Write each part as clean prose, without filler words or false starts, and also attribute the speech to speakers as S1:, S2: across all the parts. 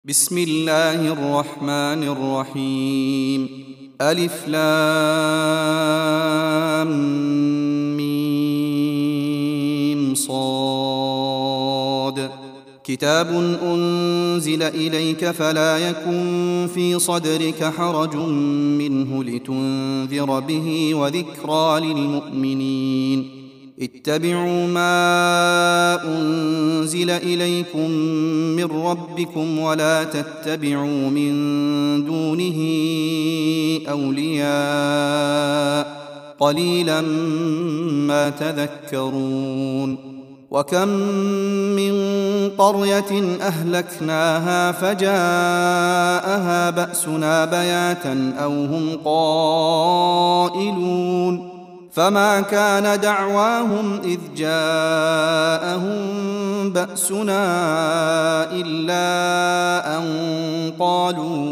S1: بسم الله الرحمن الرحيم. ألف لام ميم صاد. كتاب أنزل إليك فلا يكن في صدرك حرج منه لتنذر به وذكرى للمؤمنين. اتبعوا ما أنزل إليكم من ربكم ولا تتبعوا من دونه أولياء قليلا ما تذكرون. وكم من قرية أهلكناها فجاءها بأسنا بياتا أو هم قائلون فما كان دعواهم إذ جاءهم بأسنا إلا أن قالوا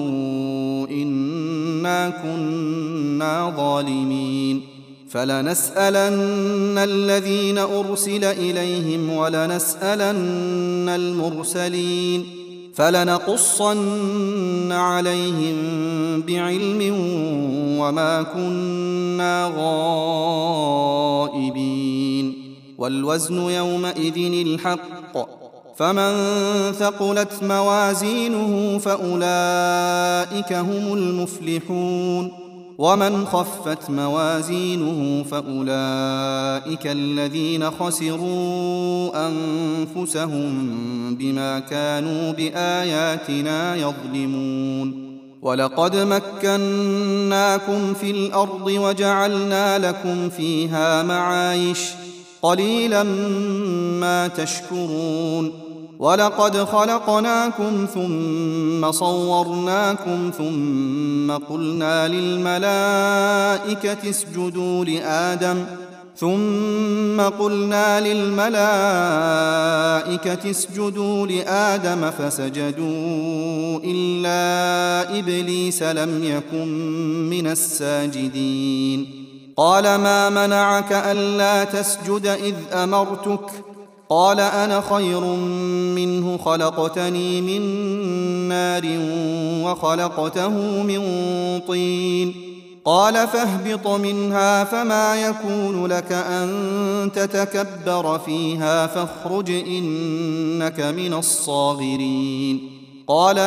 S1: إنا كنا ظالمين. فلنسألن الذين أرسل إليهم ولنسألن المرسلين فلنقصن عليهم بعلم وما كنا غائبين. والوزن يومئذ الحق فمن ثقلت موازينه فأولئك هم المفلحون ومن خفت موازينه فأولئك الذين خسروا أنفسهم بما كانوا بآياتنا يظلمون. ولقد مكناكم في الأرض وجعلنا لكم فيها معايش قليلا ما تشكرون. ولقد خلقناكم ثم صورناكم ثم قلنا للملائكة اسجدوا لآدم فسجدوا إلا إبليس لم يكن من الساجدين. قال ما منعك ألا تسجد إذ أمرتك؟ قال أنا خير منه خلقتني من نار وخلقته من طين. قال فاهبط منها فما يكون لك أن تتكبر فيها فاخرج إنك من الصاغرين. قال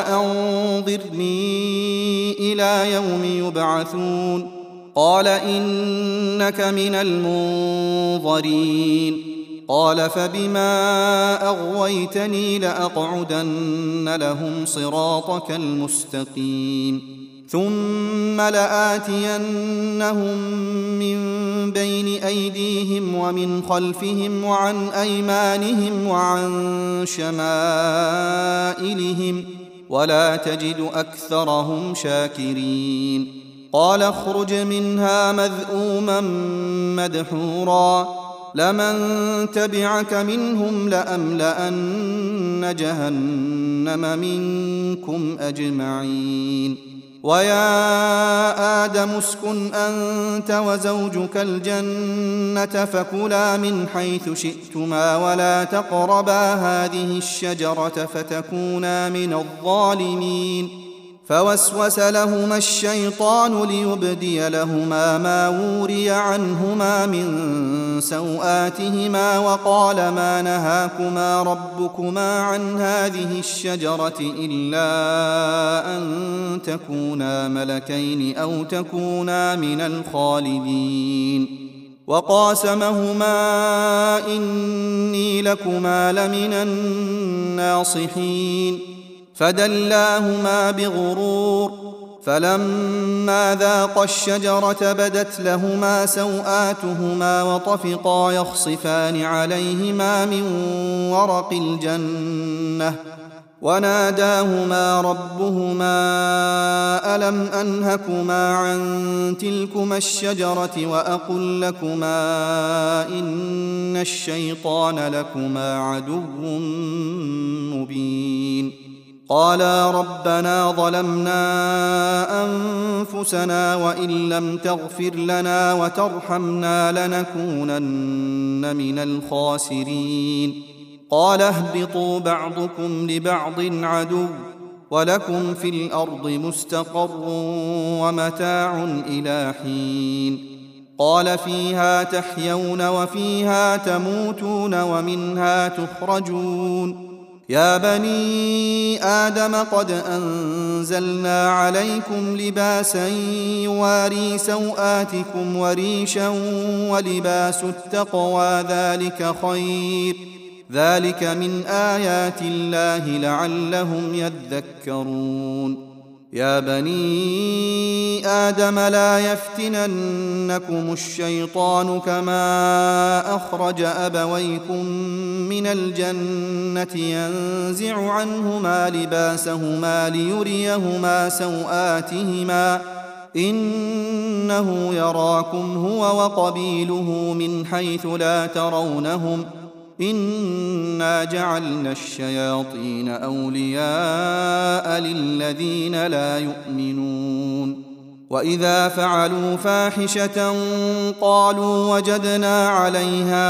S1: أنظرني إلى يوم يبعثون. قال إنك من المنظرين. قال فبما أغويتني لأقعدن لهم صراطك المستقيم ثم لآتينهم من بين أيديهم ومن خلفهم وعن أيمانهم وعن شمائلهم ولا تجد أكثرهم شاكرين. قال اخرج منها مذءوما مدحورا لمن تبعك منهم لأملأن جهنم منكم أجمعين. ويا آدم اسكن أنت وزوجك الجنة فكلا من حيث شئتما ولا تقربا هذه الشجرة فتكونا من الظالمين. فوسوس لهما الشيطان ليبدي لهما ما وري عنهما من سوآتهما وقال ما نهاكما ربكما عن هذه الشجرة إلا أن تكونا ملكين أو تكونا من الخالدين. وقاسمهما إني لكما لمن الناصحين. فدلاهما بغرور فلما ذاقا الشجرة بدت لهما سوآتهما وطفقا يخصفان عليهما من ورق الجنة وناداهما ربهما ألم أنهكما عن تلكما الشجرة وأقل لكما إن الشيطان لكما عدو مبين. قالا ربنا ظلمنا أنفسنا وإن لم تغفر لنا وترحمنا لنكونن من الخاسرين. قال اهبطوا بعضكم لبعض عدو ولكم في الأرض مستقر ومتاع إلى حين قال فيها تحيون وفيها تموتون ومنها تخرجون يا بني آدم قد أنزلنا عليكم لباسا يواري سوآتكم وريشا ولباس التقوى ذلك خير ذلك من آيات الله لعلهم يذكرون يا بني آدم لا يفتننكم الشيطان كما أخرج أبويكم من الجنة ينزع عنهما لباسهما ليريهما سوآتهما إنه يراكم هو وقبيله من حيث لا ترونهم إنا جعلنا الشياطين أولياء للذين لا يؤمنون وإذا فعلوا فاحشة قالوا وجدنا عليها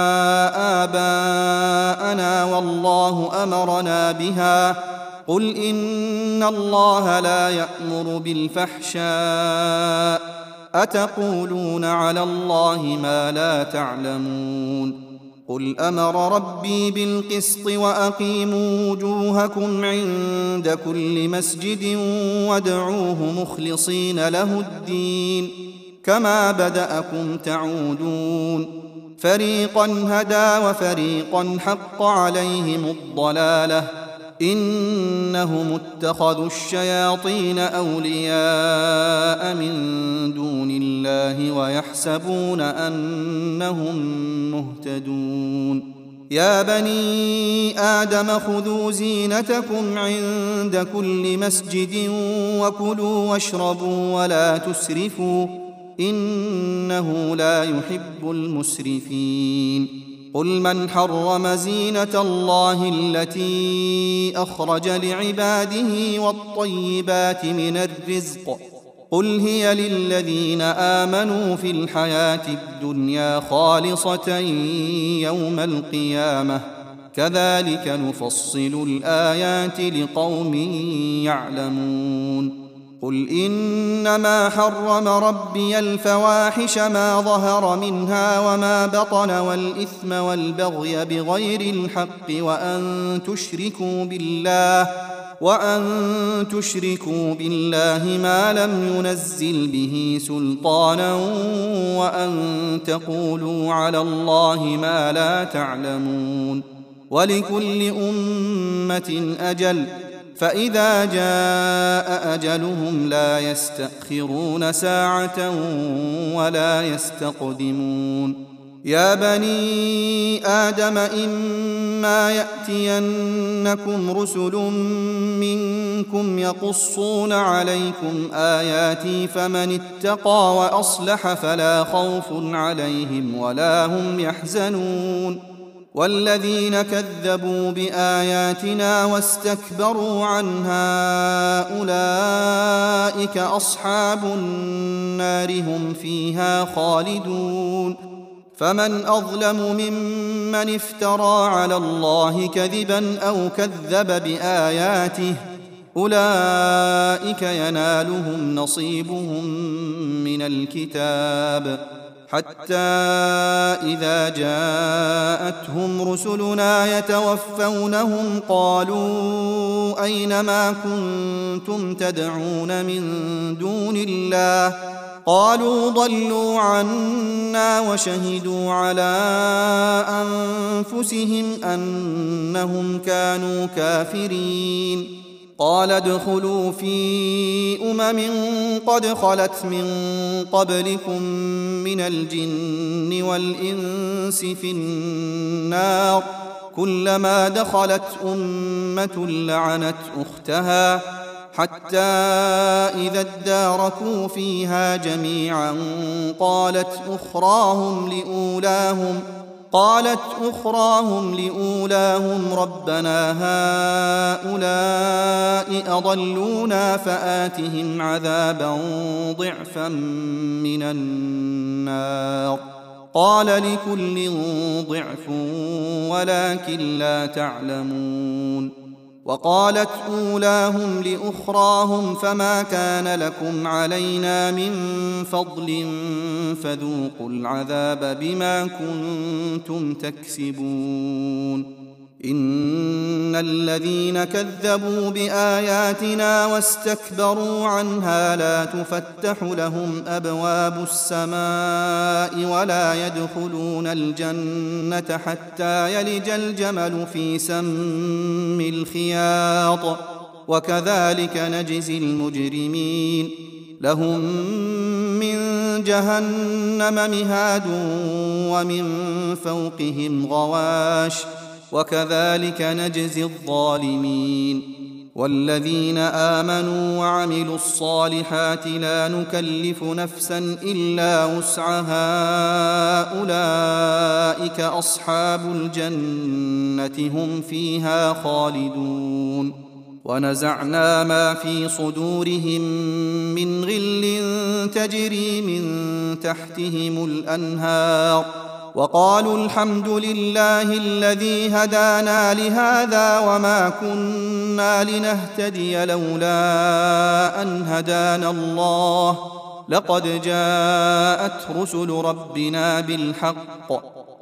S1: آباءنا والله أمرنا بها قل إن الله لا يأمر بالفحشاء أتقولون على الله ما لا تعلمون قل أمر ربي بالقسط وأقيموا وجوهكم عند كل مسجد وادعوه مخلصين له الدين كما بدأكم تعودون فريقا هدى وفريقا حق عليهم الضلالة إنهم اتخذوا الشياطين أولياء من دون الله ويحسبون أنهم مهتدون يا بني آدم خذوا زينتكم عند كل مسجد وكلوا واشربوا ولا تسرفوا إنه لا يحب المسرفين قل من حرم زينة الله التي أخرج لعباده والطيبات من الرزق قل هي للذين آمنوا في الحياة الدنيا خالصة يوم القيامة كذلك نفصل الآيات لقوم يعلمون قل إنما حرم ربي الفواحش ما ظهر منها وما بطن والإثم والبغي بغير الحق وأن تشركوا بالله ما لم ينزل به سلطانا وأن تقولوا على الله ما لا تعلمون ولكل أمة أجل فإذا جاء أجلهم لا يستأخرون ساعة ولا يستقدمون يا بني آدم إما يأتينكم رسل منكم يقصون عليكم آياتي فمن اتقى وأصلح فلا خوف عليهم ولا هم يحزنون والذين كذبوا بآياتنا واستكبروا عنها أولئك أصحاب النار هم فيها خالدون فمن أظلم ممن افترى على الله كذبا أو كذب بآياته أولئك ينالهم نصيبهم من الكتاب حتى إذا جاءتهم رسلنا يتوفونهم قالوا أين ما كنتم تدعون من دون الله قالوا ضلوا عنا وشهدوا على أنفسهم أنهم كانوا كافرين قال ادخلوا في قد خلت من قبلكم من الجن والإنس في النار كلما دخلت أمة لعنت أختها حتى إذا اداركوا فيها جميعا قالت أخراهم لأولاهم ربنا هؤلاء أضلونا فآتهم عذابا ضعفا من النار قال لكل ضعف ولكن لا تعلمون وقالت أولاهم لأخراهم فما كان لكم علينا من فضل فذوقوا العذاب بما كنتم تكسبون إن الذين كذبوا بآياتنا واستكبروا عنها لا تفتح لهم أبواب السماء ولا يدخلون الجنة حتى يلج الجمل في سم الخياط وكذلك نجزي المجرمين لهم من جهنم مهاد ومن فوقهم غواش وكذلك نجزي الظالمين والذين آمنوا وعملوا الصالحات لا نكلف نفسا إلا وسعها أولئك أصحاب الجنة هم فيها خالدون ونزعنا ما في صدورهم من غل تجري من تحتهم الأنهار وقالوا الحمد لله الذي هدانا لهذا وما كنا لنهتدي لولا أن هدانا الله لقد جاءت رسل ربنا بالحق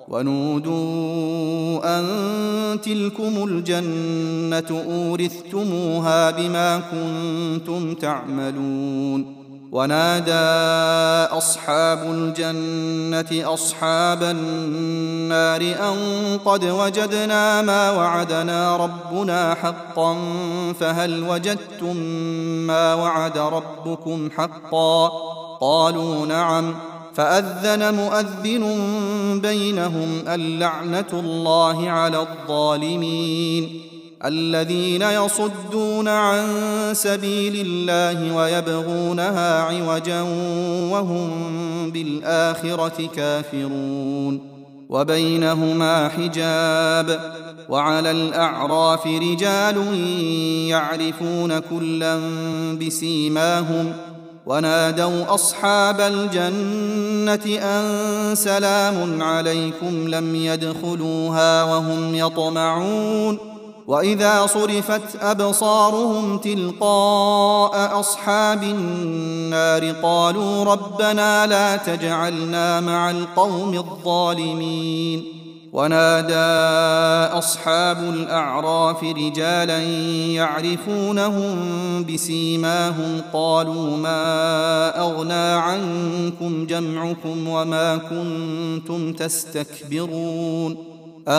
S1: ونودوا أن تلكم الجنة أورثتموها بما كنتم تعملون ونادى أصحاب الجنة أصحاب النار أن قد وجدنا ما وعدنا ربنا حقا فهل وجدتم ما وعد ربكم حقا قالوا نعم فأذن مؤذن بينهم اللعنة الله على الظالمين الذين يصدون عن سبيل الله ويبغونها عوجا وهم بالآخرة كافرون وبينهما حجاب وعلى الأعراف رجال يعرفون كلا بسيماهم ونادوا أصحاب الجنة أن سلام عليكم لم يدخلوها وهم يطمعون وإذا صرفت أبصارهم تلقاء أصحاب النار قالوا ربنا لا تجعلنا مع القوم الظالمين ونادى أصحاب الأعراف رجالا يعرفونهم بسيماهم قالوا ما أغنى عنكم جمعكم وما كنتم تستكبرون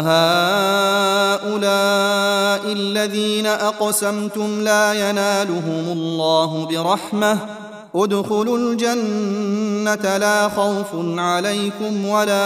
S1: أهؤلاء الذين أقسمتم لا ينالهم الله برحمة ادخلوا الجنة لا خوف عليكم ولا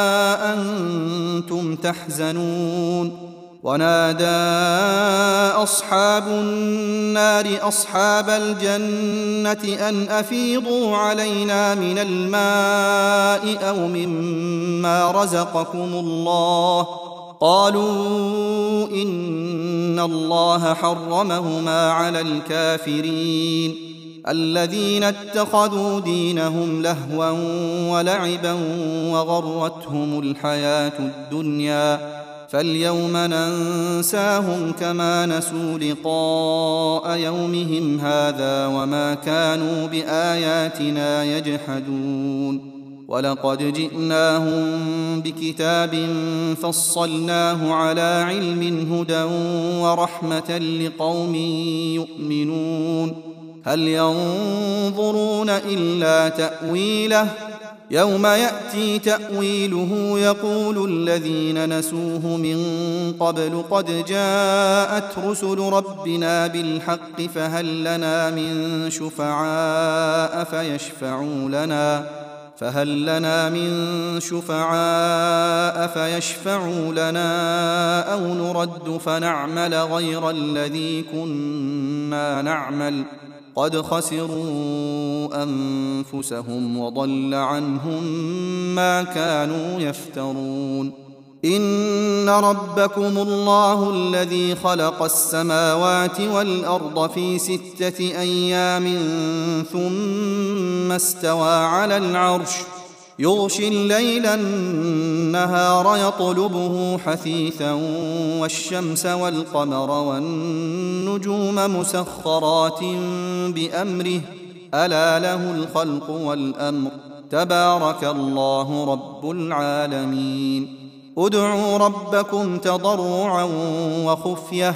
S1: أنتم تحزنون ونادى أصحاب النار أصحاب الجنة أن أفيضوا علينا من الماء أو مما رزقكم الله قالوا إن الله حرمهما على الكافرين الذين اتخذوا دينهم لهوا ولعبا وغرتهم الحياة الدنيا فاليوم ننساهم كما نسوا لقاء يومهم هذا وما كانوا بآياتنا يجحدون ولقد جئناهم بكتاب فصلناه على علم هدى ورحمة لقوم يؤمنون هل ينظرون إلا تأويله يوم يأتي تأويله يقول الذين نسوه من قبل قد جاءت رسل ربنا بالحق فهل لنا من شفعاء فيشفعوا لنا أو نرد فنعمل غير الذي كنا نعمل قد خسروا أنفسهم وضل عنهم ما كانوا يفترون إن ربكم الله الذي خلق السماوات والأرض في 6 أيام ثم استوى على العرش يغشي الليل النهار يطلبه حثيثا والشمس والقمر والنجوم مسخرات بأمره ألا له الخلق والأمر تبارك الله رب العالمين ادعوا ربكم تضرعا وخفية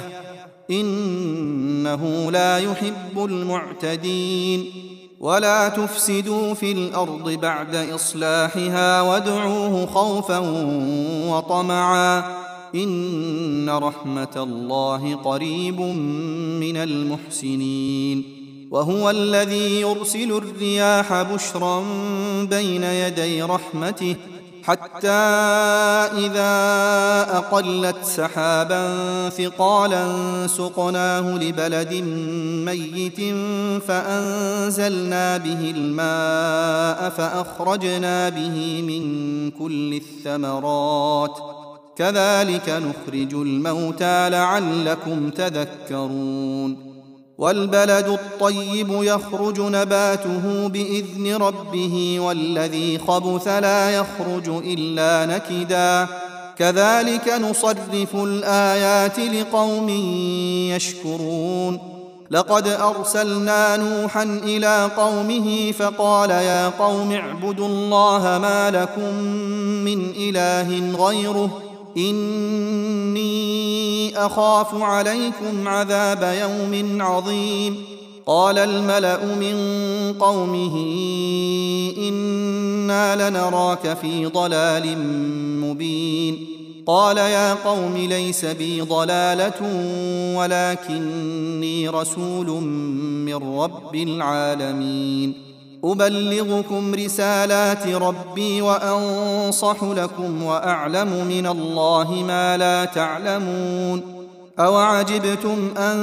S1: إنه لا يحب المعتدين ولا تفسدوا في الأرض بعد إصلاحها وادعوه خوفا وطمعا إن رحمة الله قريب من المحسنين وهو الذي يرسل الرياح بشرا بين يدي رحمته حتى إذا أقلت سحابا ثقالا سقناه لبلد ميت فأنزلنا به الماء فأخرجنا به من كل الثمرات كذلك نخرج الموتى لعلكم تذكرون والبلد الطيب يخرج نباته بإذن ربه والذي خبث لا يخرج إلا نكدا كذلك نصرف الآيات لقوم يشكرون لقد أرسلنا نوحا إلى قومه فقال يا قوم اعبدوا الله ما لكم من إله غيره إني أخاف عليكم عذاب يوم عظيم قال الملأ من قومه إنا لنراك في ضلال مبين قال يا قوم ليس بي ضلالة ولكني رسول من رب العالمين أبلغكم رسالات ربي وأنصح لكم وأعلم من الله ما لا تعلمون أوعجبتم أن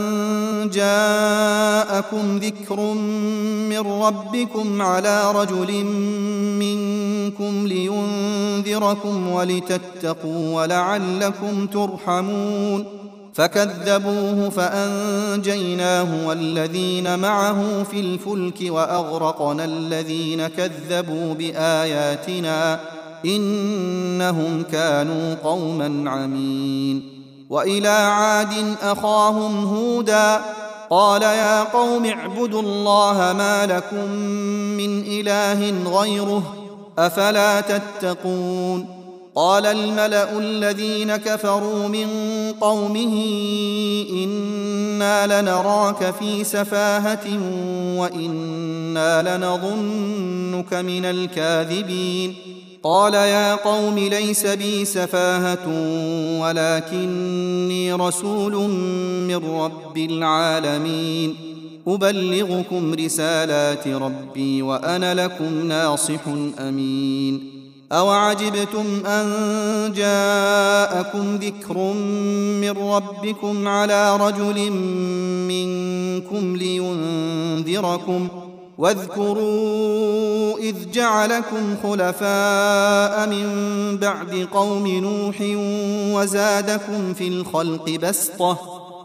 S1: جاءكم ذكر من ربكم على رجل منكم لينذركم ولتتقوا ولعلكم ترحمون فكذبوه فأنجيناه والذين معه في الفلك وأغرقنا الذين كذبوا بآياتنا إنهم كانوا قوما عمين وإلى عاد أخاهم هودا قال يا قوم اعبدوا الله ما لكم من إله غيره أفلا تتقون قال الملأ الذين كفروا من قومه إنا لنراك في سفاهة وإنا لنظنك من الكاذبين قال يا قوم ليس بي سفاهة ولكني رسول من رب العالمين أبلغكم رسالات ربي وأنا لكم ناصح أمين أوعجبتم أن جاءكم ذكر من ربكم على رجل منكم لينذركم واذكروا إذ جعلكم خلفاء من بعد قوم نوح وزادكم في الخلق بسطة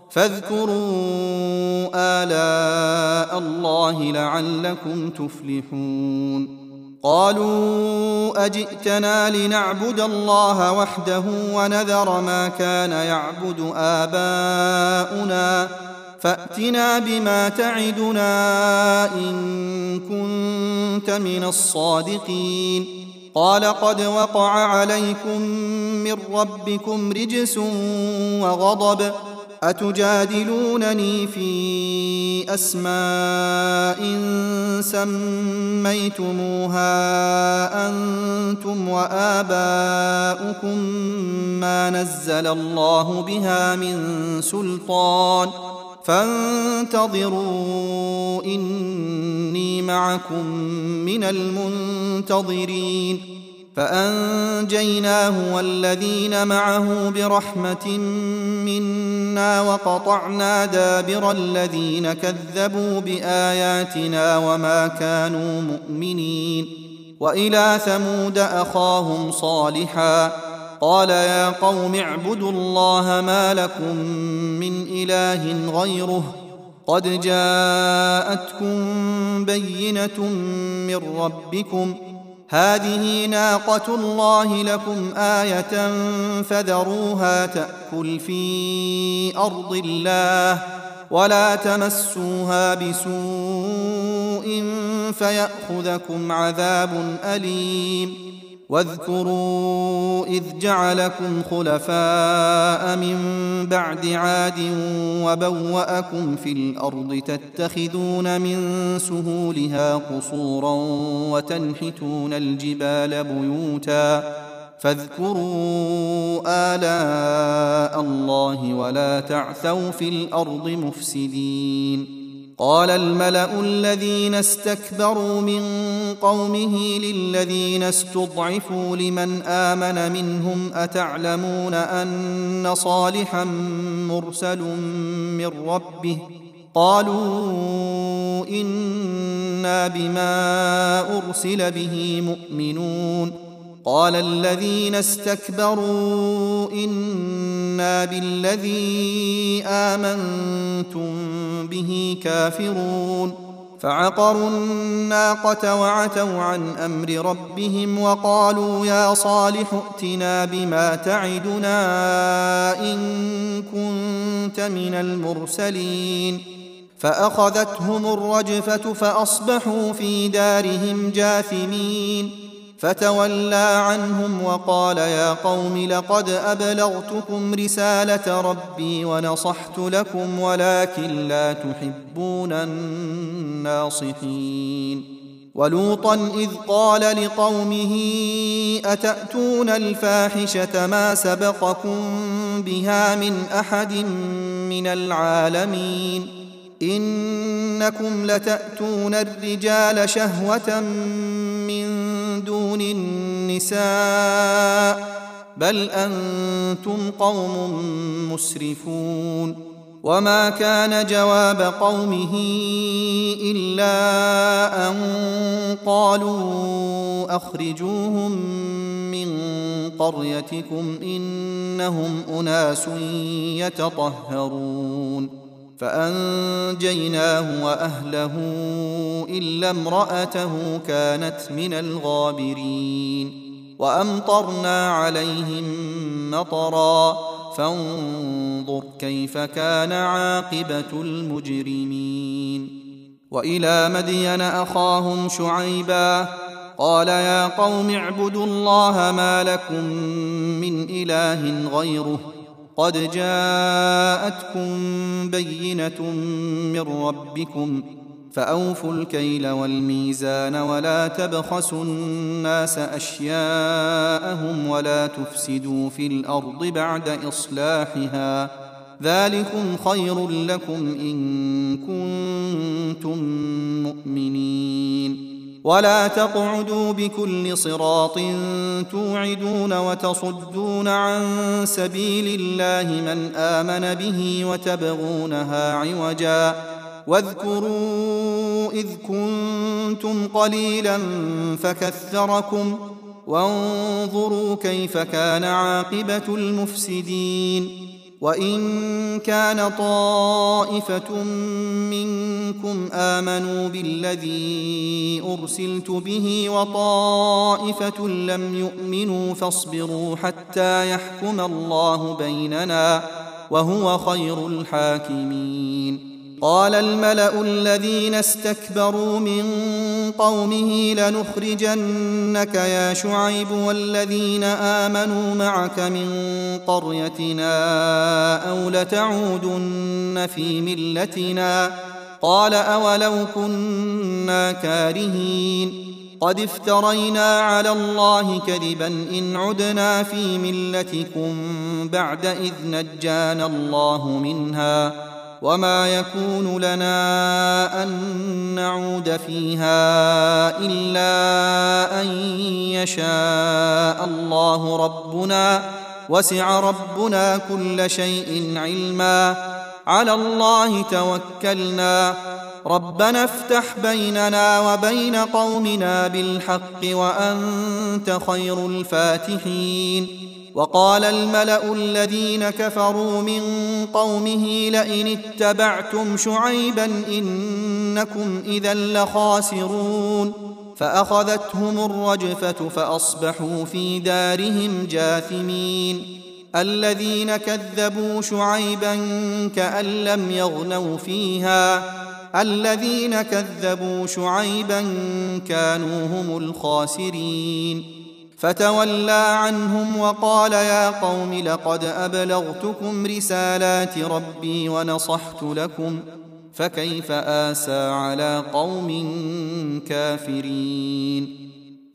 S1: فاذكروا آلاء الله لعلكم تفلحون قالوا أجئتنا لنعبد الله وحده ونذر ما كان يعبد آباؤنا فأتنا بما تعدنا إن كنت من الصادقين قال قد وقع عليكم من ربكم رجس وغضب أتجادلونني في أسماء سميتموها أنتم وآباؤكم ما نزل الله بها من سلطان فانتظروا إني معكم من المنتظرين فأنجيناه والذين معه برحمة منا وقطعنا دابر الذين كذبوا بآياتنا وما كانوا مؤمنين وإلى ثمود أخاهم صالحا قال يا قوم اعبدوا الله ما لكم من إله غيره قد جاءتكم بينة من ربكم هذه ناقة الله لكم آية فذروها تأكل في أرض الله ولا تمسوها بسوء فيأخذكم عذاب أليم واذكروا إذ جعلكم خلفاء من بعد عاد وبوأكم في الأرض تتخذون من سهولها قصورا وتنحتون الجبال بيوتا فاذكروا آلاء الله ولا تعثوا في الأرض مفسدين قال الملأ الذين استكبروا من قومه للذين استضعفوا لمن آمن منهم أتعلمون أن صالحا مرسل من ربه قالوا إنا بما أرسل به مؤمنون قال الذين استكبروا إنا بالذي آمنتم به كافرون فعقروا الناقة وعتوا عن أمر ربهم وقالوا يا صالح ائتنا بما تعدنا إن كنت من المرسلين فأخذتهم الرجفة فأصبحوا في دارهم جاثمين فتولى عنهم وقال يا قوم لقد أبلغتكم رسالة ربي ونصحت لكم ولكن لا تحبون الناصحين ولوطا إذ قال لقومه أتأتون الفاحشة ما سبقكم بها من أحد من العالمين إنكم لتأتون الرجال شهوة من دون النساء بل أنتم قوم مسرفون وما كان جواب قومه إلا أن قالوا أخرجوهم من قريتكم إنهم أناس يتطهرون فأنجيناه وأهله إلا امرأته كانت من الغابرين وأمطرنا عليهم مطرا فانظر كيف كان عاقبة المجرمين وإلى مدين أخاهم شعيبا قال يا قوم اعبدوا الله ما لكم من إله غيره قد جاءتكم بينة من ربكم فأوفوا الكيل والميزان ولا تبخسوا الناس أشياءهم ولا تفسدوا في الأرض بعد إصلاحها ذلكم خير لكم إن كنتم مؤمنين ولا تقعدوا بكل صراط توعدون وتصدون عن سبيل الله من آمن به وتبغونها عوجا واذكروا إذ كنتم قليلا فكثركم وانظروا كيف كان عاقبة المفسدين وإن كان طائفة منكم آمنوا بالذي أرسلت به وطائفة لم يؤمنوا فاصبروا حتى يحكم الله بيننا وهو خير الحاكمين قال الملأ الذين استكبروا من قومه لنخرجنك يا شعيب والذين آمنوا معك من قريتنا أو لتعودن في ملتنا قال أولو كنا كارهين قد افترينا على الله كذبا إن عدنا في ملتكم بعد إذ نجانا الله منها وما يكون لنا أن نعود فيها إلا أن يشاء الله ربنا وسع ربنا كل شيء علما على الله توكلنا ربنا افتح بيننا وبين قومنا بالحق وأنت خير الفاتحين وقال الملأ الذين كفروا من قومه لئن اتبعتم شعيبا إنكم إذا لخاسرون فأخذتهم الرجفة فأصبحوا في دارهم جاثمين الذين كذبوا شعيبا كأن لم يغنوا فيها الذين كذبوا شعيبا كانوا هم الخاسرين فتولى عنهم وقال يا قوم لقد أبلغتكم رسالات ربي ونصحت لكم فكيف آسى على قوم كافرين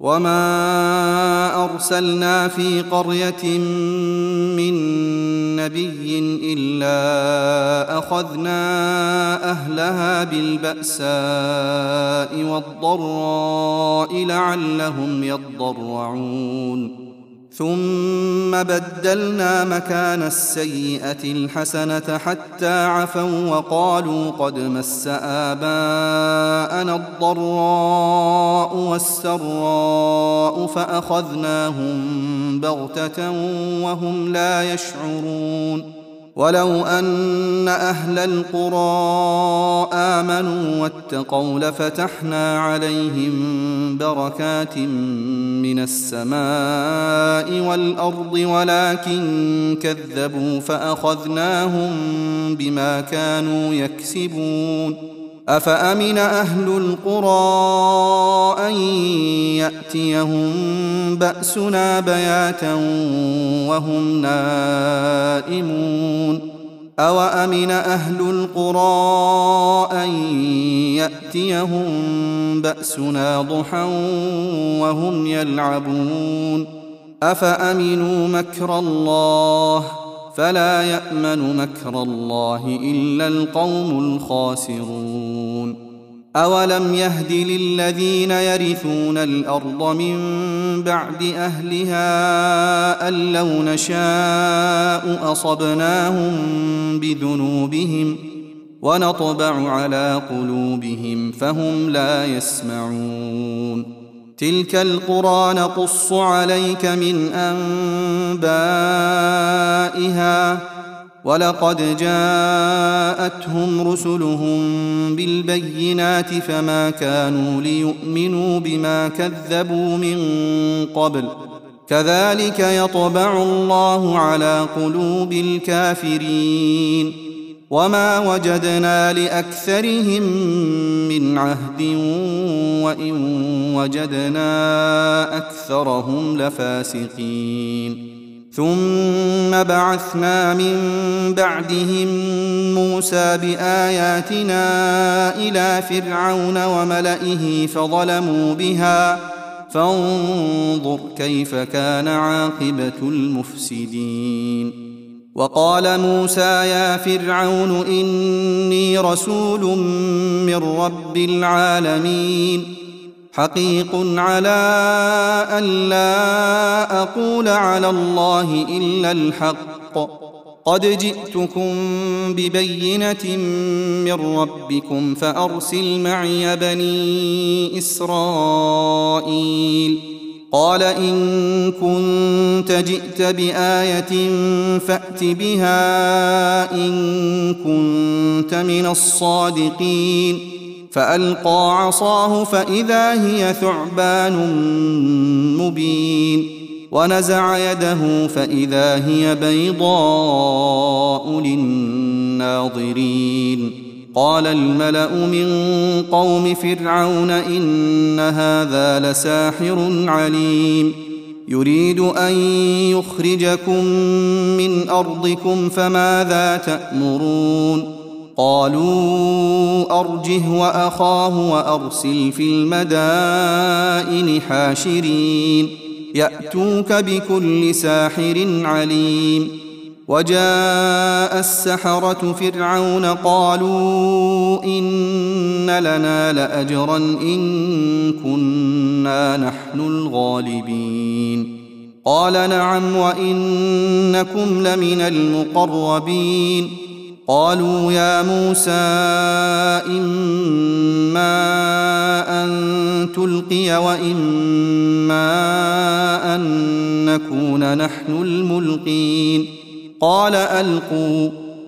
S1: وما أرسلنا في قرية من نبي إلا أخذنا أهلها بالبأساء والضراء لعلهم يضرعون ثم بدلنا مكان السيئة الحسنة حتى عفوا وقالوا قد مس آباءنا الضراء والسراء فأخذناهم بغتة وهم لا يشعرون ولو أن أهل القرى آمنوا واتقوا لفتحنا عليهم بركات من السماء والأرض ولكن كذبوا فأخذناهم بما كانوا يكسبون أفأمن أهل القرى أن يأتيهم بأسنا بياتا وهم نائمون أوأمن أهل القرى أن يأتيهم بأسنا ضحى وهم يلعبون أفأمنوا مكر الله فلا يأمن مكر الله إلا القوم الخاسرون أولم يهد للذين يرثون الأرض من بعد أهلها أن لو نشاء أصبناهم بذنوبهم ونطبع على قلوبهم فهم لا يسمعون تلك القرى نقص عليك من أنبائها ولقد جاءتهم رسلهم بالبينات فما كانوا ليؤمنوا بما كذبوا من قبل كذلك يطبع الله على قلوب الكافرين وما وجدنا لأكثرهم من عهد وإن وجدنا أكثرهم لفاسقين ثم بعثنا من بعدهم موسى بآياتنا إلى فرعون وملئه فظلموا بها فانظر كيف كان عاقبة المفسدين وقال موسى يا فرعون إني رسول من رب العالمين حقيق على أن لا أقول على الله إلا الحق قد جئتكم ببينة من ربكم فأرسل معي بني إسرائيل قال إن كنت جئت بآية فأت بها إن كنت من الصادقين فألقى عصاه فإذا هي ثعبان مبين ونزع يده فإذا هي بيضاء للناظرين قال الملأ من قوم فرعون إن هذا لساحر عليم يريد أن يخرجكم من أرضكم فماذا تأمرون قالوا أرجه وأخاه وأرسل في المدائن حاشرين يأتوك بكل ساحر عليم وجاء السحرة فرعون قالوا إن لنا لأجرا إن كنا نحن الغالبين قال نعم وإنكم لمن المقربين قالوا يا موسى إما أن تلقي وإما أن نكون ونحن الملقين قال ألقوا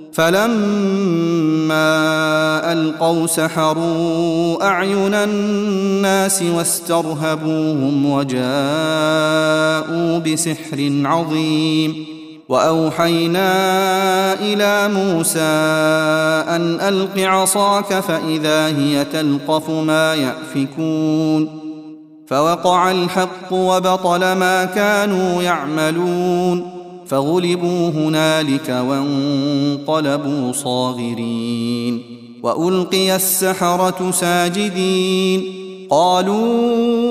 S1: فلما ألقوا سحروا أعين الناس واسترهبوهم وجاءوا بسحر عظيم وأوحينا إلى موسى أن ألق عصاك فإذا هي تلقف ما يأفكون فوقع الحق وبطل ما كانوا يعملون فغلبوا هنالك وانقلبوا صاغرين وألقي السحرة ساجدين قالوا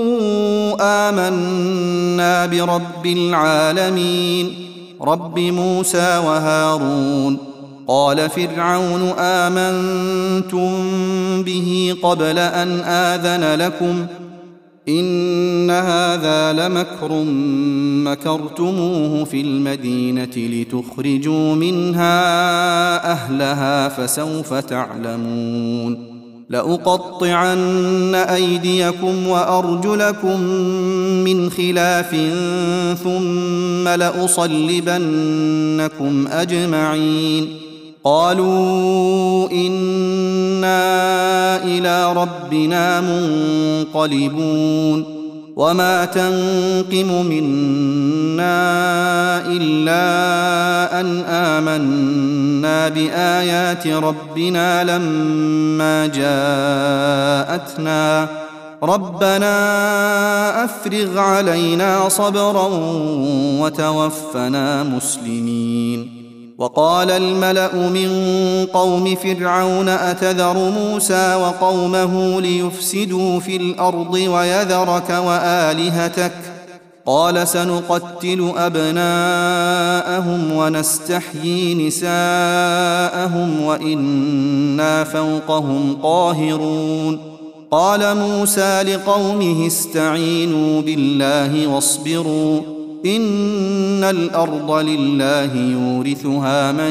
S1: آمنا برب العالمين رب موسى وهارون قال فرعون آمنتم به قبل أن آذن لكم إن هذا لمكر مكرتموه في المدينة لتخرجوا منها أهلها فسوف تعلمون لأقطعن أيديكم وأرجلكم من خلاف ثم لأصلبنكم أجمعين قالوا إنا إلى ربنا منقلبون وما تنقم منا إلا أن آمنا بآيات ربنا لما جاءتنا ربنا أفرغ علينا صبرا وتوفنا مسلمين وقال الملأ من قوم فرعون أتذر موسى وقومه ليفسدوا في الأرض ويذرك وآلهتك قال سنقتل أبناءهم ونستحيي نساءهم وإنا فوقهم قاهرون قال موسى لقومه استعينوا بالله واصبروا إن الأرض لله يورثها من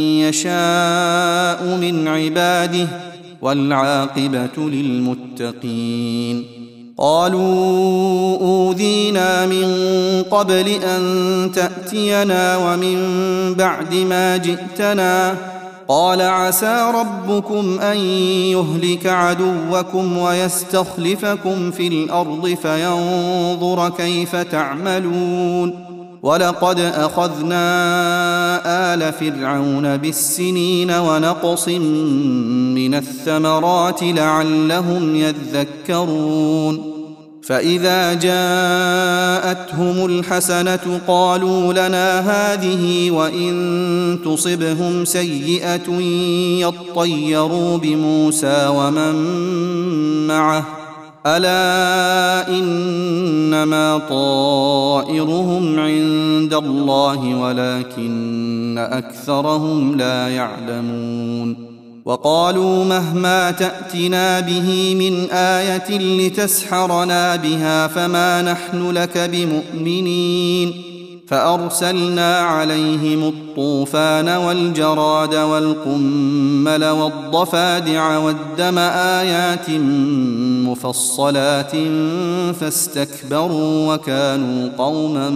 S1: يشاء من عباده والعاقبة للمتقين قالوا أوذينا من قبل أن تأتينا ومن بعد ما جئتنا قال عسى ربكم أن يهلك عدوكم ويستخلفكم في الأرض فينظر كيف تعملون ولقد أخذنا آل فرعون بالسنين ونقص من الثمرات لعلهم يذكرون فإذا جاءتهم الحسنة قالوا لنا هذه وإن تصبهم سيئة يطيروا بموسى ومن معه ألا إنما طائرهم عند الله ولكن أكثرهم لا يعلمون وقالوا مهما تأتنا به من آية لتسحرنا بها فما نحن لك بمؤمنين فأرسلنا عليهم الطوفان والجراد والقمل والضفادع والدم آيات مفصلات فاستكبروا وكانوا قوما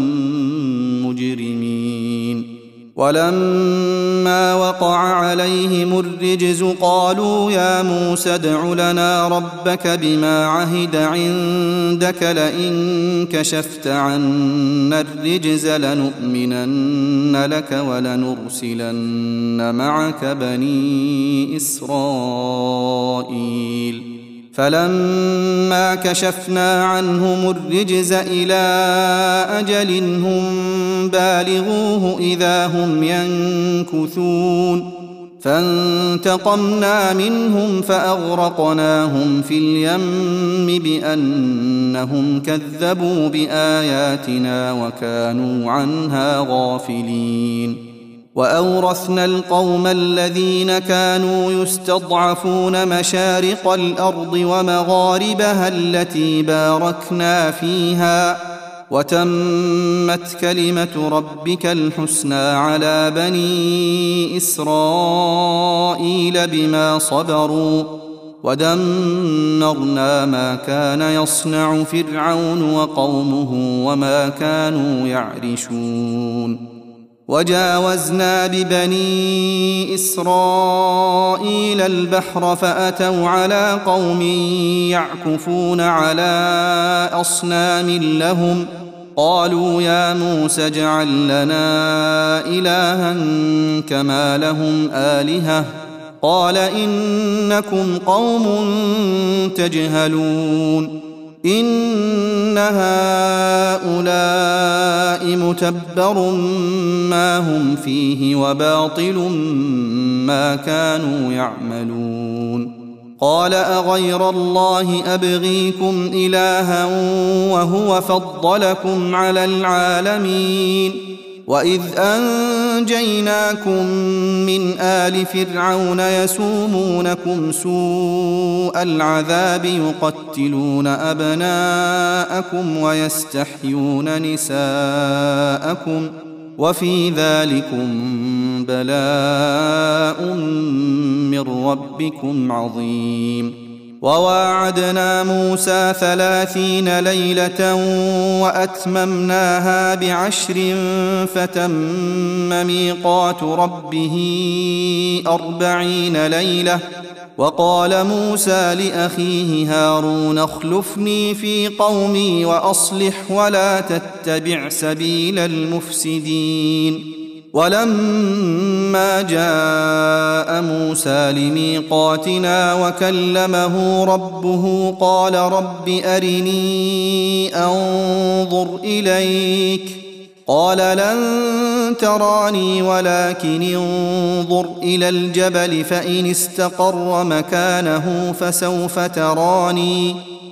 S1: مجرمين ولما وقع عليهم الرجز قالوا يا موسى ادع لنا ربك بما عهد عندك لئن كشفت عنا الرجز لنؤمنن لك ولنرسلن معك بني إسرائيل فلما كشفنا عنهم الرجز إلى أجل هم بالغوه إذا هم ينكثون فانتقمنا منهم فأغرقناهم في اليم بأنهم كذبوا بآياتنا وكانوا عنها غافلين وأورثنا القوم الذين كانوا يستضعفون مشارق الأرض ومغاربها التي باركنا فيها وتمت كلمة ربك الحسنى على بني إسرائيل بما صبروا ودمرنا ما كان يصنع فرعون وقومه وما كانوا يعرشون وجاوزنا ببني إسرائيل البحر فأتوا على قوم يعكفون على أصنام لهم قالوا يا موسى اجعل لنا إلها كما لهم آلهة قال إنكم قوم تجهلون إن هؤلاء متبر ما هم فيه وباطل ما كانوا يعملون قال أغير الله أبغيكم إلها وهو فضلكم على العالمين وإذ أنجيناكم من آل فرعون يسومونكم سوء العذاب يقتلون أبناءكم ويستحيون نساءكم وفي ذلكم بلاء من ربكم عظيم وواعدنا موسى 30 ليلة وأتممناها ب10 فتم ميقات ربه 40 ليلة وقال موسى لأخيه هارون اخلفني في قومي وأصلح ولا تتبع سبيل المفسدين ولما جاء موسى لميقاتنا وكلمه ربه قال رب أرني أنظر إليك قال لن تراني ولكن انظر إلى الجبل فإن استقر مكانه فسوف تراني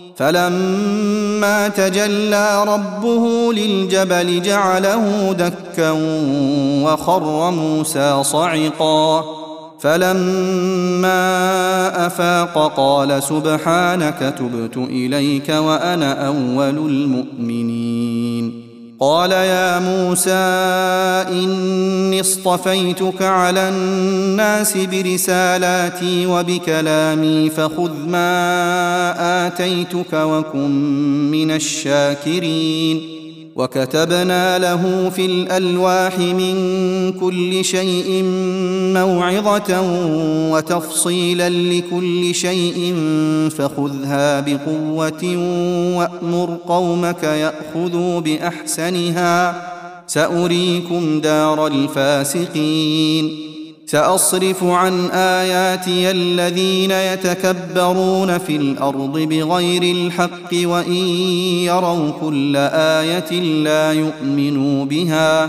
S1: فلما تجلى ربه للجبل جعله دكا وخر موسى صعقا فلما أفاق قال سبحانك تبت إليك وأنا أول المؤمنين قال يا موسى إني اصطفيتك على الناس برسالاتي وبكلامي فخذ ما آتيتك وكن من الشاكرين وكتبنا له في الألواح من كل شيء موعظة وتفصيلا لكل شيء فخذها بقوة وأمر قومك يأخذوا بأحسنها سأريكم دار الفاسقين سأصرف عن آياتي الذين يتكبرون في الأرض بغير الحق وإن يروا كل آية لا يؤمنوا بها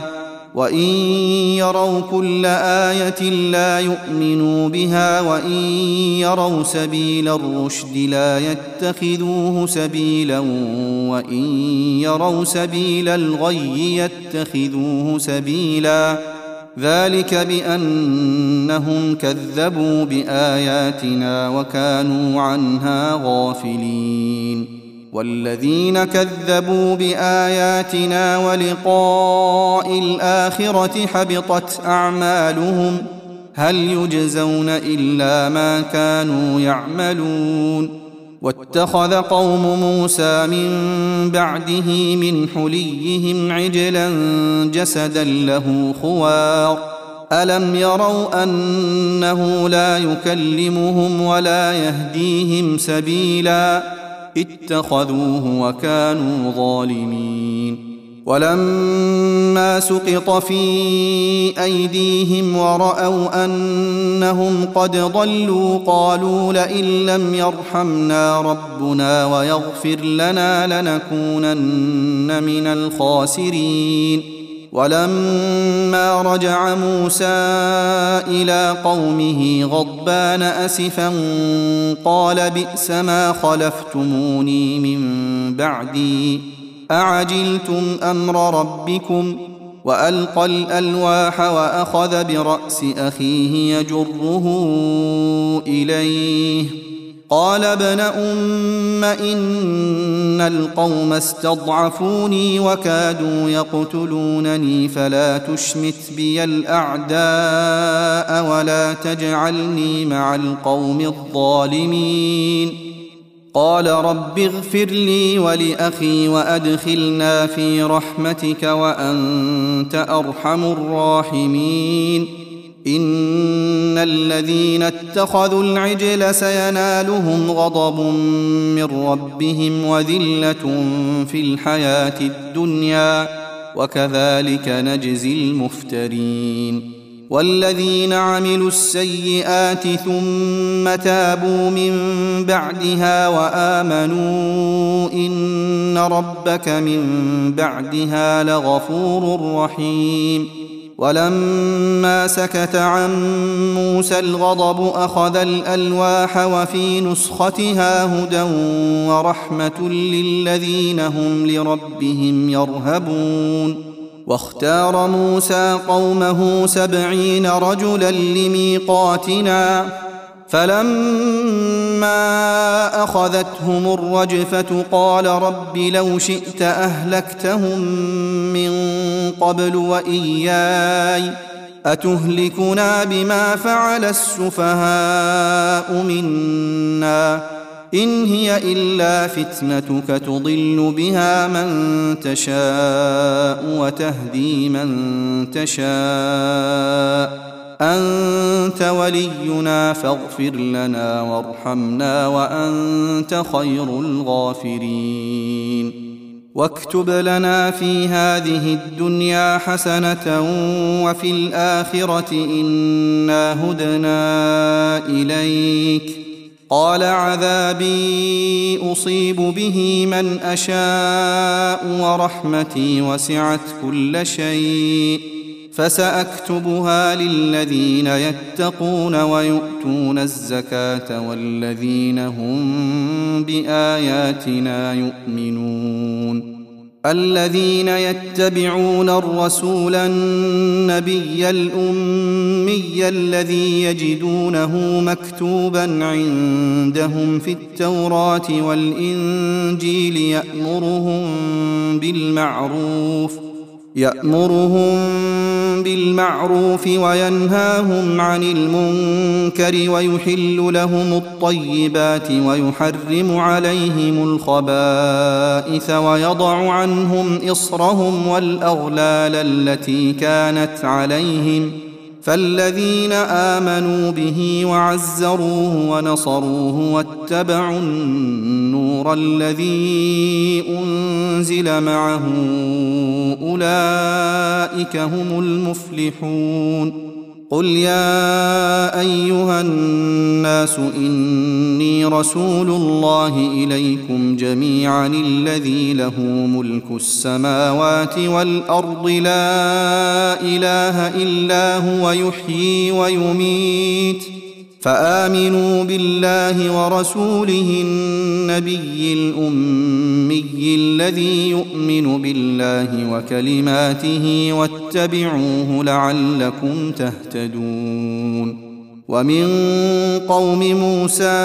S1: وإن يروا سبيل الرشد لا يتخذوه سبيلا وإن يروا سبيل الغي يتخذوه سبيلا ذلك بأنهم كذبوا بآياتنا وكانوا عنها غافلين والذين كذبوا بآياتنا ولقاء الآخرة حبطت أعمالهم هل يجزون إلا ما كانوا يعملون واتخذ قوم موسى من بعده من حليهم عجلا جسدا له خوار ألم يروا أنه لا يكلمهم ولا يهديهم سبيلا اتخذوه وكانوا ظالمين ولما سقط في أيديهم ورأوا أنهم قد ضلوا قالوا لئن لم يرحمنا ربنا ويغفر لنا لنكونن من الخاسرين ولما رجع موسى إلى قومه غضبان أسفا قال بئس ما خلفتموني من بعدي أعجلتم أمر ربكم وألقى الألواح وأخذ برأس أخيه يجره إليه قال ابن أم إن القوم استضعفوني وكادوا يقتلونني فلا تشمت بي الأعداء ولا تجعلني مع القوم الظالمين. قال رب اغفر لي ولأخي وأدخلنا في رحمتك وأنت أرحم الراحمين. إن الذين اتخذوا العجل سينالهم غضب من ربهم وذلة في الحياة الدنيا وكذلك نجزي المفترين. والذين عملوا السيئات ثم تابوا من بعدها وآمنوا إن ربك من بعدها لغفور رحيم. ولما سكت عن موسى الغضب أخذ الألواح وفي نسختها هدى ورحمة للذين هم لربهم يرهبون. واختار موسى قومه 70 رجلا لميقاتنا فلما أخذتهم الرجفة قال رب لو شئت أهلكتهم من قبل وإياي أتهلكنا بما فعل السفهاء منا إن هي إلا فتنتك تضل بها من تشاء وتهدي من تشاء أنت ولينا فاغفر لنا وارحمنا وأنت خير الغافرين. واكتب لنا في هذه الدنيا حسنة وفي الآخرة إنا هدنا إليك. قال عذابي أصيب به من أشاء ورحمتي وسعت كل شيء فسأكتبها للذين يتقون ويؤتون الزكاة والذين هم بآياتنا يؤمنون. الذين يتبعون الرسول النبي الأمي الذي يجدونه مكتوبا عندهم في التوراة والإنجيل يأمرهم بالمعروف وينهاهم عن المنكر ويحل لهم الطيبات ويحرم عليهم الخبائث ويضع عنهم إصرهم والأغلال التي كانت عليهم. فالذين آمنوا به وعزروه ونصروه واتبعوا النور الذي أنزل معه أولئك هم المفلحون. قل يا أيها الناس إني رسول الله إليكم جميعا الذي له ملك السماوات والأرض لا إله إلا هو يحيي ويميت فآمنوا بالله ورسوله النبي الأمي الذي يؤمن بالله وكلماته واتبعوه لعلكم تهتدون. ومن قوم موسى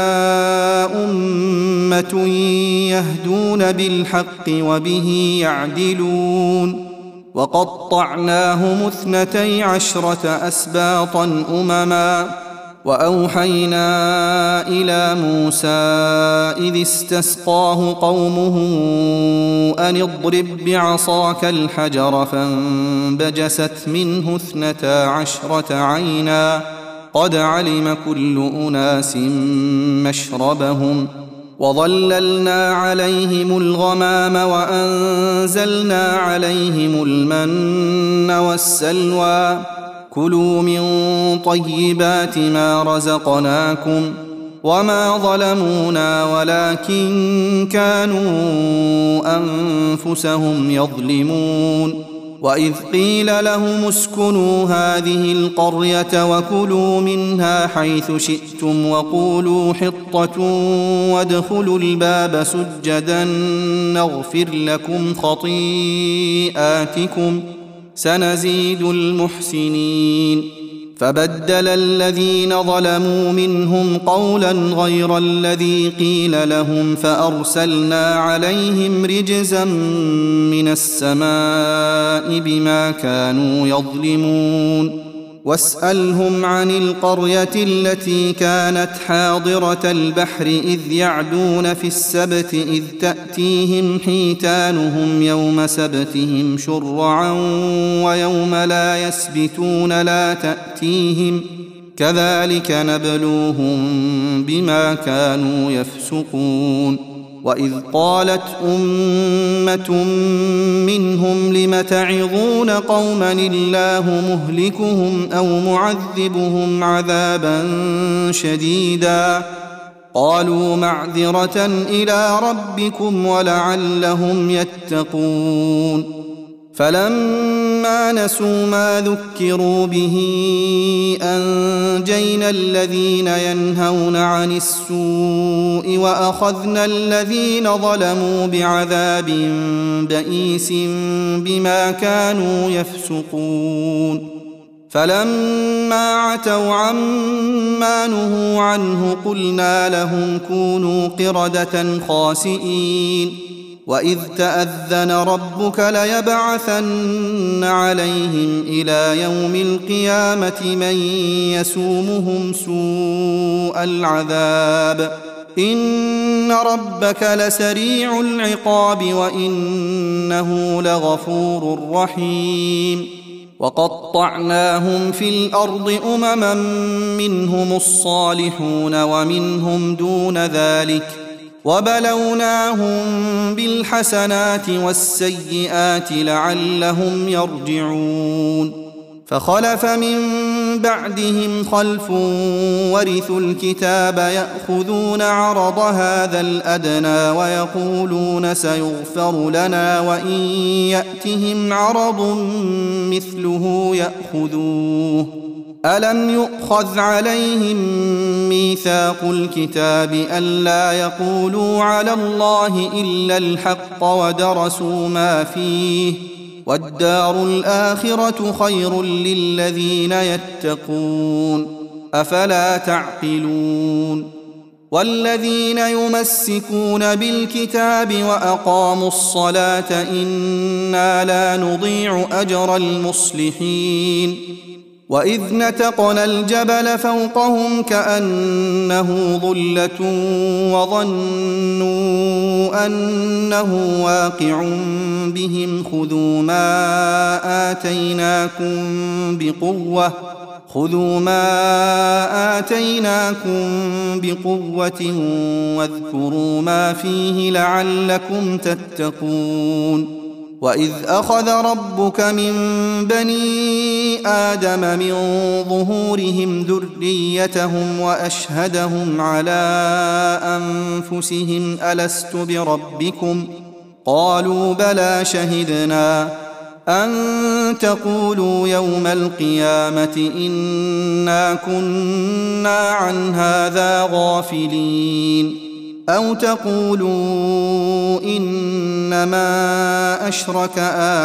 S1: أمة يهدون بالحق وبه يعدلون. وقطعناهم 12 أسباطا أمما وأوحينا إلى موسى إذ استسقاه قومه أن اضرب بعصاك الحجر فانبجست منه 12 عينا قد علم كل أناس مشربهم وظللنا عليهم الغمام وأنزلنا عليهم المن والسلوى كلوا من طيبات ما رزقناكم وما ظلمونا ولكن كانوا أنفسهم يظلمون. وإذ قيل لهم اسكنوا هذه القرية وكلوا منها حيث شئتم وقولوا حطة وادخلوا الباب سجدا نغفر لكم خطيئاتكم سنزيد المحسنين. فبدل الذين ظلموا منهم قولا غير الذي قيل لهم فأرسلنا عليهم رجزا من السماء بما كانوا يظلمون واسألهم عن القرية التي كانت حاضرة البحر إذ يعدون في السبت إذ تأتيهم حيتانهم يوم سبتهم شرعا ويوم لا يسبتون لا تأتيهم كذلك نبلوهم بما كانوا يفسقون وإذ قالت أمة منهم لم تعظون قوما الله مهلكهم أو معذبهم عذابا شديدا قالوا معذرة إلى ربكم ولعلهم يتقون فلما نسوا ما ذكروا به أنجينا الذين ينهون عن السوء وأخذنا الذين ظلموا بعذاب بئيس بما كانوا يفسقون فلما عتوا عما نهوا عنه قلنا لهم كونوا قردة خاسئين وإذ تأذن ربك ليبعثن عليهم إلى يوم القيامة من يسومهم سوء العذاب إن ربك لسريع العقاب وإنه لغفور رحيم وقطعناهم في الأرض أمما منهم الصالحون ومنهم دون ذلك وبلوناهم بالحسنات والسيئات لعلهم يرجعون فخلف من بعدهم خلف ورثوا الكتاب يأخذون عرض هذا الأدنى ويقولون سيغفر لنا وإن يأتهم عرض مثله يأخذوه ألم يؤخذ عليهم ميثاق الكتاب ألا يقولوا على الله إلا الحق ودرسوا ما فيه والدار الآخرة خير للذين يتقون أفلا تعقلون والذين يمسكون بالكتاب وأقاموا الصلاة إنا لا نضيع أجر المصلحين وإذ نتقنا الجبل فوقهم كأنه ظلة وظنوا أنه واقع بهم خذوا ما آتيناكم بقوة واذكروا ما فيه لعلكم تتقون وإذ أخذ ربك من بني آدم من ظهورهم ذريتهم وأشهدهم على أنفسهم ألست بربكم قالوا بلى شهدنا أن تقولوا يوم القيامة إنا كنا عن هذا غافلين أو تقولوا إنما أشرك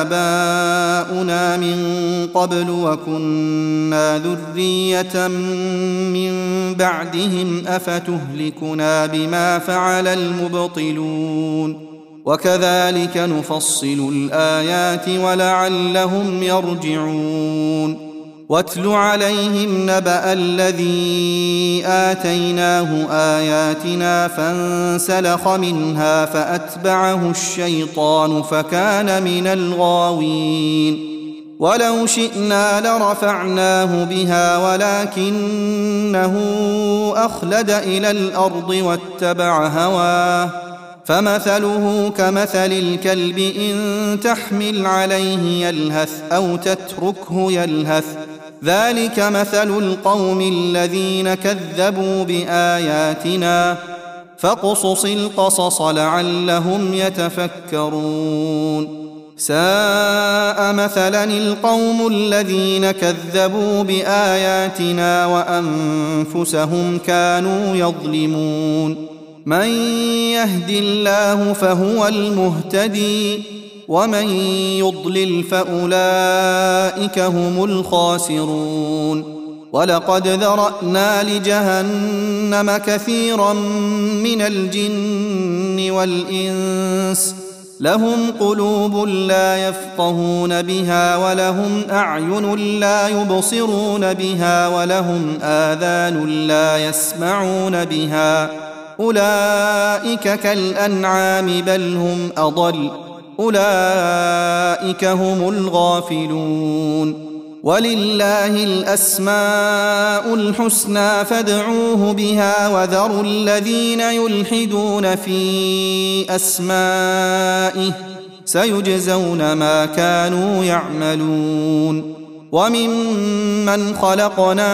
S1: آباؤنا من قبل وكنا ذرية من بعدهم أفتهلكنا بما فعل المبطلون وكذلك نفصل الآيات ولعلهم يرجعون واتل عليهم نبأ الذي آتيناه آياتنا فانسلخ منها فأتبعه الشيطان فكان من الغاوين ولو شئنا لرفعناه بها ولكنه أخلد إلى الأرض واتبع هواه فمثله كمثل الكلب إن تحمل عليه يلهث أو تتركه يلهث ذلك مثل القوم الذين كذبوا بآياتنا فاقصص القصص لعلهم يتفكرون ساء مثلا القوم الذين كذبوا بآياتنا وأنفسهم كانوا يظلمون من يهد الله فهو المهتدي ومن يضلل فأولئك هم الخاسرون ولقد ذرأنا لجهنم كثيرا من الجن والإنس لهم قلوب لا يفقهون بها ولهم أعين لا يبصرون بها ولهم آذان لا يسمعون بها أولئك كالأنعام بل هم أضل أولئك هم الغافلون ولله الأسماء الحسنى فادعوه بها وذروا الذين يلحدون في أسمائه سيجزون ما كانوا يعملون وممن خلقنا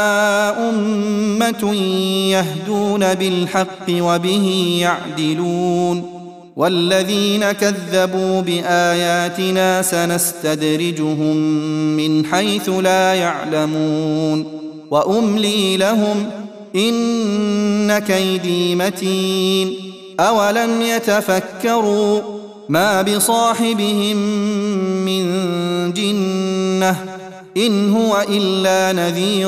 S1: أمة يهدون بالحق وبه يعدلون والذين كذبوا بآياتنا سنستدرجهم من حيث لا يعلمون وأملي لهم إن كيدي متين أولم يتفكروا ما بصاحبهم من جنة إن هو إلا نذير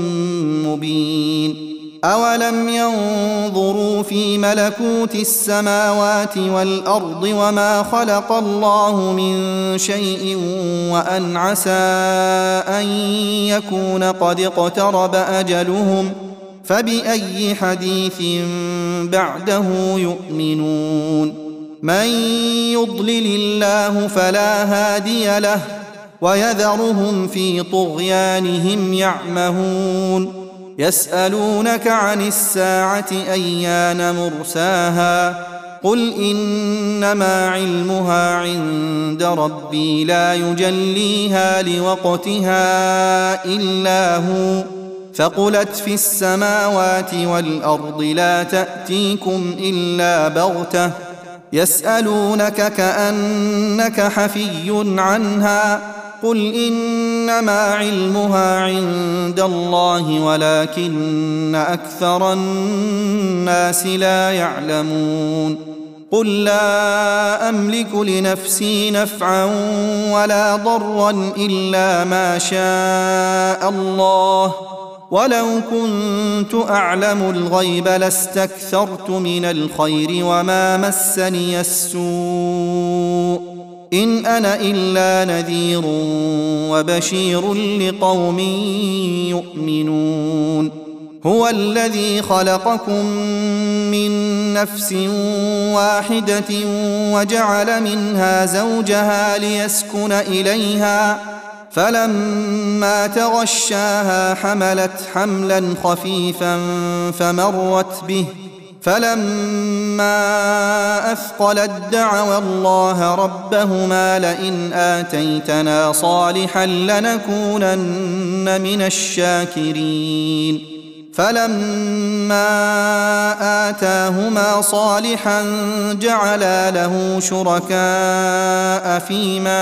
S1: مبين أولم ينظروا في ملكوت السماوات والأرض وما خلق الله من شيء وأن عسى أن يكون قد اقترب أجلهم فبأي حديث بعده يؤمنون من يضلل الله فلا هادي له ويذرهم في طغيانهم يعمهون يسألونك عن الساعة أيان مرساها قل إنما علمها عند ربي لا يجليها لوقتها إلا هو ثقلت في السماوات والأرض لا تأتيكم إلا بغتة يسألونك كأنك حفي عنها قل إنما علمها عند الله ولكن أكثر الناس لا يعلمون قل لا أملك لنفسي نفعا ولا ضرا إلا ما شاء الله ولو كنت أعلم الغيب لاستكثرت من الخير وما مسني السوء إن أنا إلا نذير وبشير لقوم يؤمنون هو الذي خلقكم من نفس واحدة وجعل منها زوجها ليسكن إليها فلما تغشاها حملت حملا خفيفا فمرت به فلما أثقلت دعوا الله ربهما لئن آتيتنا صالحا لنكونن من الشاكرين فلما آتاهما صالحا جعلا له شركاء فيما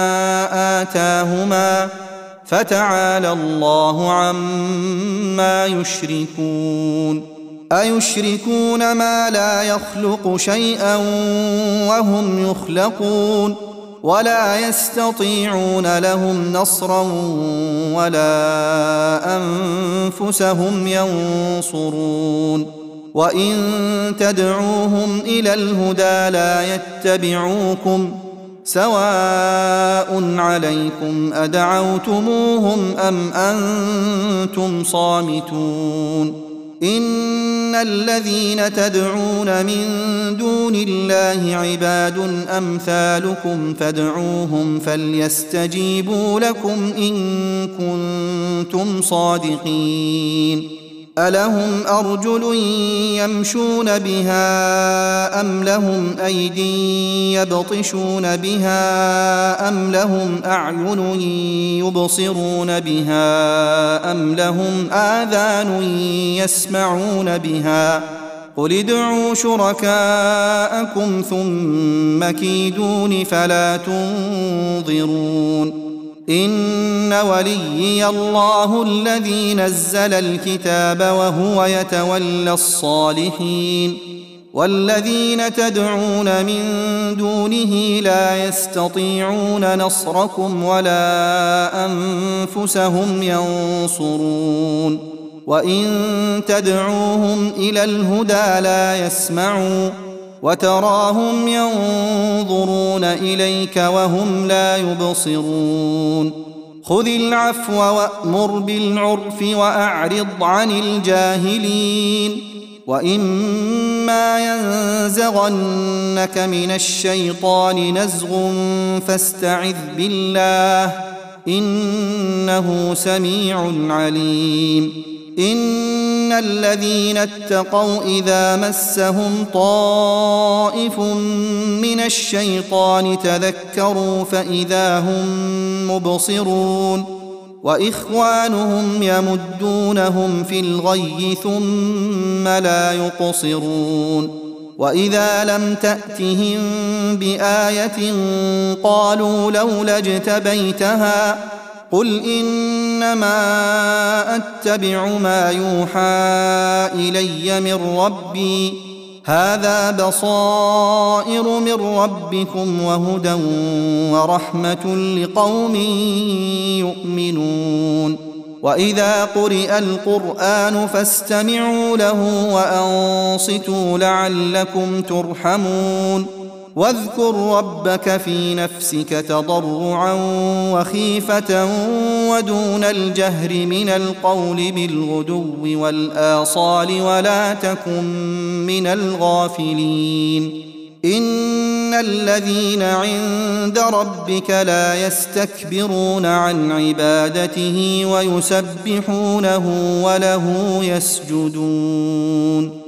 S1: آتاهما فتعالى الله عما يشركون أيشركون ما لا يخلق شيئا وهم يخلقون ولا يستطيعون لهم نصرا ولا أنفسهم ينصرون وإن تدعوهم إلى الهدى لا يتبعوكم سواء عليكم أدعوتموهم أم أنتم صامتون إن الذين تدعون من دون الله عباد أمثالكم فادعوهم فليستجيبوا لكم إن كنتم صادقين ألهم أرجل يمشون بها أم لهم أيد يبطشون بها أم لهم أعين يبصرون بها أم لهم آذان يسمعون بها قل ادعوا شركاءكم ثم كيدون فلا تنظرون إن وليي الله الذي نزل الكتاب وهو يتولى الصالحين والذين تدعون من دونه لا يستطيعون نصركم ولا أنفسهم ينصرون وإن تدعوهم إلى الهدى لا يسمعوا وتراهم ينظرون إليك وهم لا يبصرون خذ العفو وأمر بالعرف وأعرض عن الجاهلين وإما ينزغنك من الشيطان نزغ فاستعذ بالله إنه سميع عليم إن الذين اتقوا إذا مسهم طائف من الشيطان تذكروا فإذا هم مبصرون وإخوانهم يمدونهم في الغي ثم لا يقصرون وإذا لم تأتهم بآية قالوا لولا اجتبيتها قل إنما أتبع ما يوحى إلي من ربي هذا بصائر من ربكم وهدى ورحمة لقوم يؤمنون وإذا قرئ القرآن فاستمعوا له وأنصتوا لعلكم ترحمون واذكر ربك في نفسك تضرعا وخيفة ودون الجهر من القول بالغدو والآصال ولا تكن من الغافلين إن الذين عند ربك لا يستكبرون عن عبادته ويسبحونه وله يسجدون